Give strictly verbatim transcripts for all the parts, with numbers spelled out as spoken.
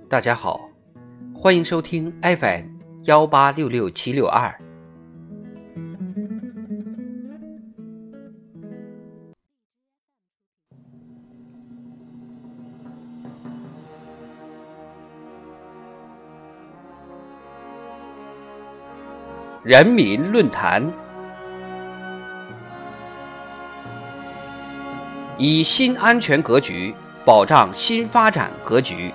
大家好，欢迎收听 F M 一八六六七六二。人民论坛，以新安全格局保障新发展格局。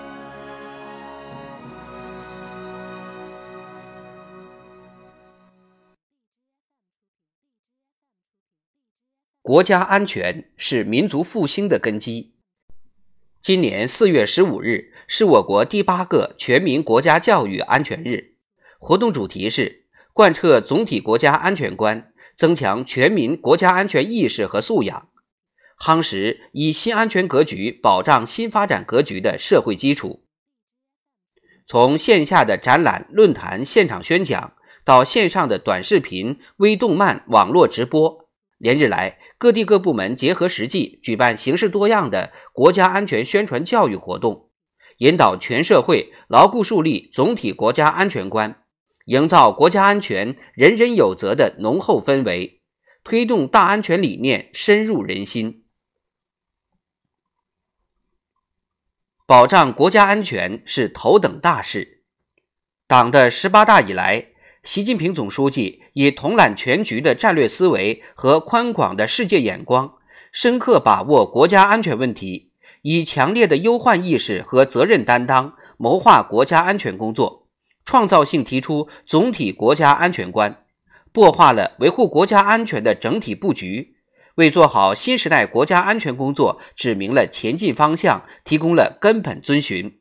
国家安全是民族复兴的根基。今年四月十五日是我国第八个全民国家教育安全日，活动主题是贯彻总体国家安全观，增强全民国家安全意识和素养，夯实以新安全格局保障新发展格局的社会基础。从线下的展览、论坛、现场宣讲，到线上的短视频、微动漫、网络直播，连日来，各地各部门结合实际，举办形式多样的国家安全宣传教育活动，引导全社会牢固树立总体国家安全观，营造国家安全人人有责的浓厚氛围，推动大安全理念深入人心。保障国家安全是头等大事。党的十八大以来，习近平总书记以统揽全局的战略思维和宽广的世界眼光，深刻把握国家安全问题，以强烈的忧患意识和责任担当谋划国家安全工作，创造性提出总体国家安全观，擘画了维护国家安全的整体布局，为做好新时代国家安全工作指明了前进方向，提供了根本遵循。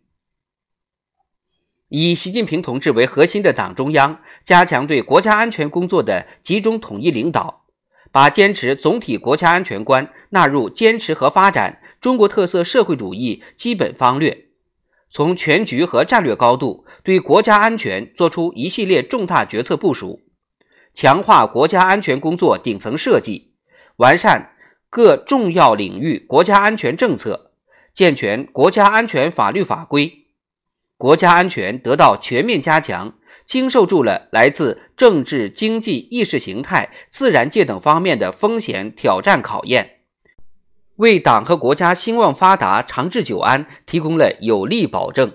以习近平同志为核心的党中央加强对国家安全工作的集中统一领导，把坚持总体国家安全观纳入坚持和发展中国特色社会主义基本方略，从全局和战略高度对国家安全作出一系列重大决策部署，强化国家安全工作顶层设计，完善各重要领域国家安全政策，健全国家安全法律法规，国家安全得到全面加强，经受住了来自政治、经济、意识形态、自然界等方面的风险挑战考验，为党和国家兴旺发达、长治久安提供了有力保证。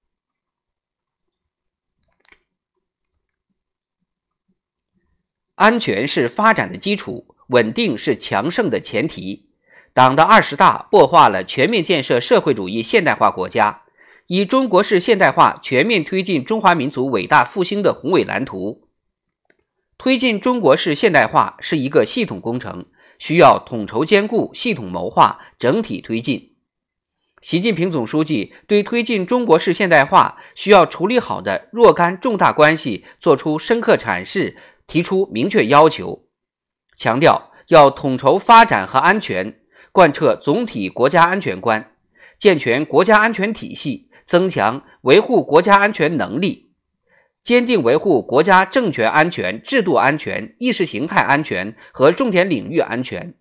安全是发展的基础，稳定是强盛的前提。党的二十大擘画了全面建设社会主义现代化国家，以中国式现代化全面推进中华民族伟大复兴的宏伟蓝图。推进中国式现代化是一个系统工程，需要统筹兼顾、系统谋划、整体推进。习近平总书记对推进中国式现代化需要处理好的若干重大关系作出深刻阐释，提出明确要求，强调要统筹发展和安全，贯彻总体国家安全观，健全国家安全体系，增强维护国家安全能力，坚定维护国家政权安全、制度安全、意识形态安全和重点领域安全。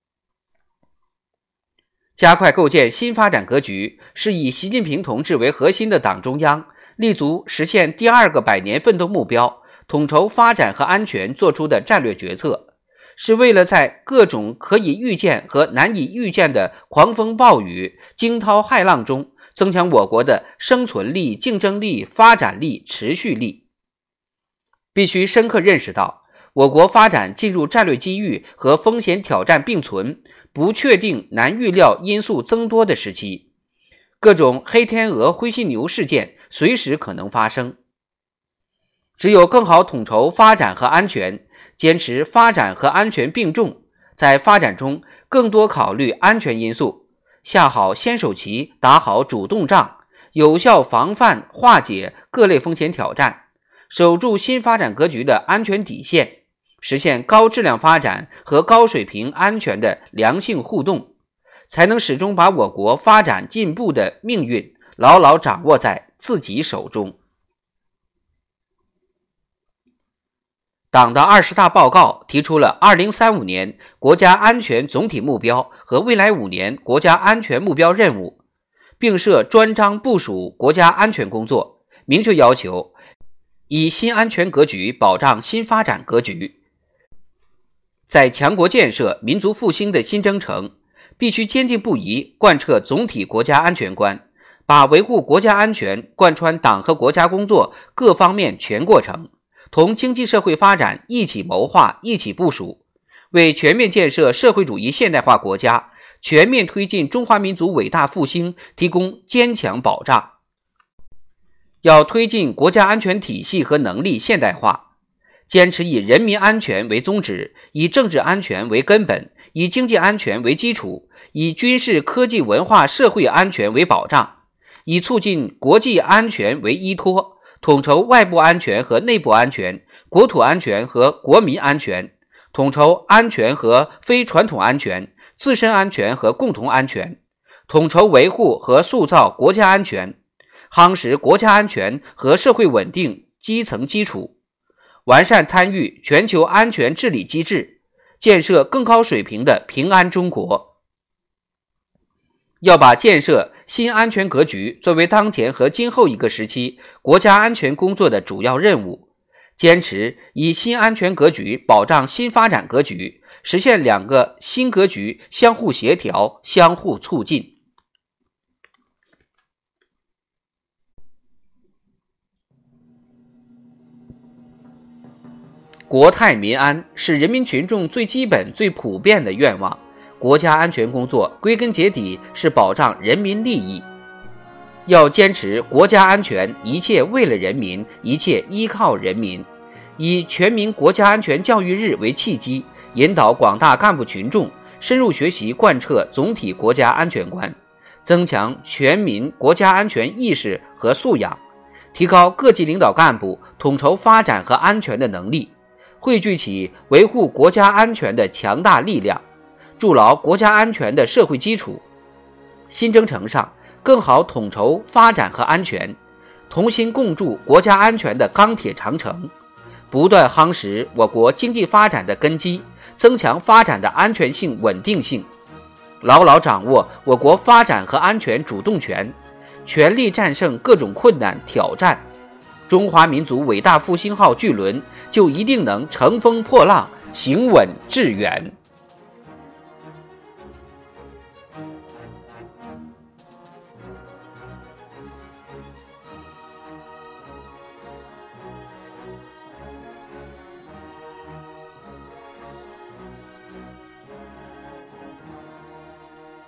加快构建新发展格局，是以习近平同志为核心的党中央立足实现第二个百年奋斗目标，统筹发展和安全做出的战略决策，是为了在各种可以预见和难以预见的狂风暴雨、惊涛骇浪中增强我国的生存力、竞争力、发展力、持续力。必须深刻认识到，我国发展进入战略机遇和风险挑战并存、不确定难预料因素增多的时期，各种黑天鹅、灰犀牛事件随时可能发生。只有更好统筹发展和安全，坚持发展和安全并重，在发展中更多考虑安全因素，下好先手棋，打好主动仗，有效防范化解各类风险挑战，守住新发展格局的安全底线，实现高质量发展和高水平安全的良性互动，才能始终把我国发展进步的命运牢牢掌握在自己手中。党的二十大报告提出了二零三五年国家安全总体目标和未来五年国家安全目标任务， 并设专章部署国家安全工作，明确要求以新安全格局保障新发展格局。在强国建设、民族复兴的新征程，必须坚定不移贯彻总体国家安全观，把维护国家安全贯穿党和国家工作各方面全过程，同经济社会发展一起谋划、一起部署，为全面建设社会主义现代化国家、全面推进中华民族伟大复兴提供坚强保障。要推进国家安全体系和能力现代化，坚持以人民安全为宗旨，以政治安全为根本，以经济安全为基础，以军事、科技、文化、社会安全为保障，以促进国际安全为依托，统筹外部安全和内部安全、国土安全和国民安全，统筹安全和非传统安全、自身安全和共同安全，统筹维护和塑造国家安全，夯实国家安全和社会稳定基层基础，完善参与全球安全治理机制，建设更高水平的平安中国。要把建设新安全格局作为当前和今后一个时期国家安全工作的主要任务，坚持以新安全格局保障新发展格局，实现两个新格局相互协调、相互促进。国泰民安是人民群众最基本、最普遍的愿望。国家安全工作归根结底是保障人民利益，要坚持国家安全一切为了人民，一切依靠人民，以全民国家安全教育日为契机，引导广大干部群众深入学习贯彻总体国家安全观，增强全民国家安全意识和素养，提高各级领导干部统筹发展和安全的能力，汇聚起维护国家安全的强大力量，筑牢国家安全的社会基础。新征程上，更好统筹发展和安全，同心共筑国家安全的钢铁长城，不断夯实我国经济发展的根基，增强发展的安全性、稳定性，牢牢掌握我国发展和安全主动权，全力战胜各种困难挑战，中华民族伟大复兴号巨轮就一定能乘风破浪，行稳致远。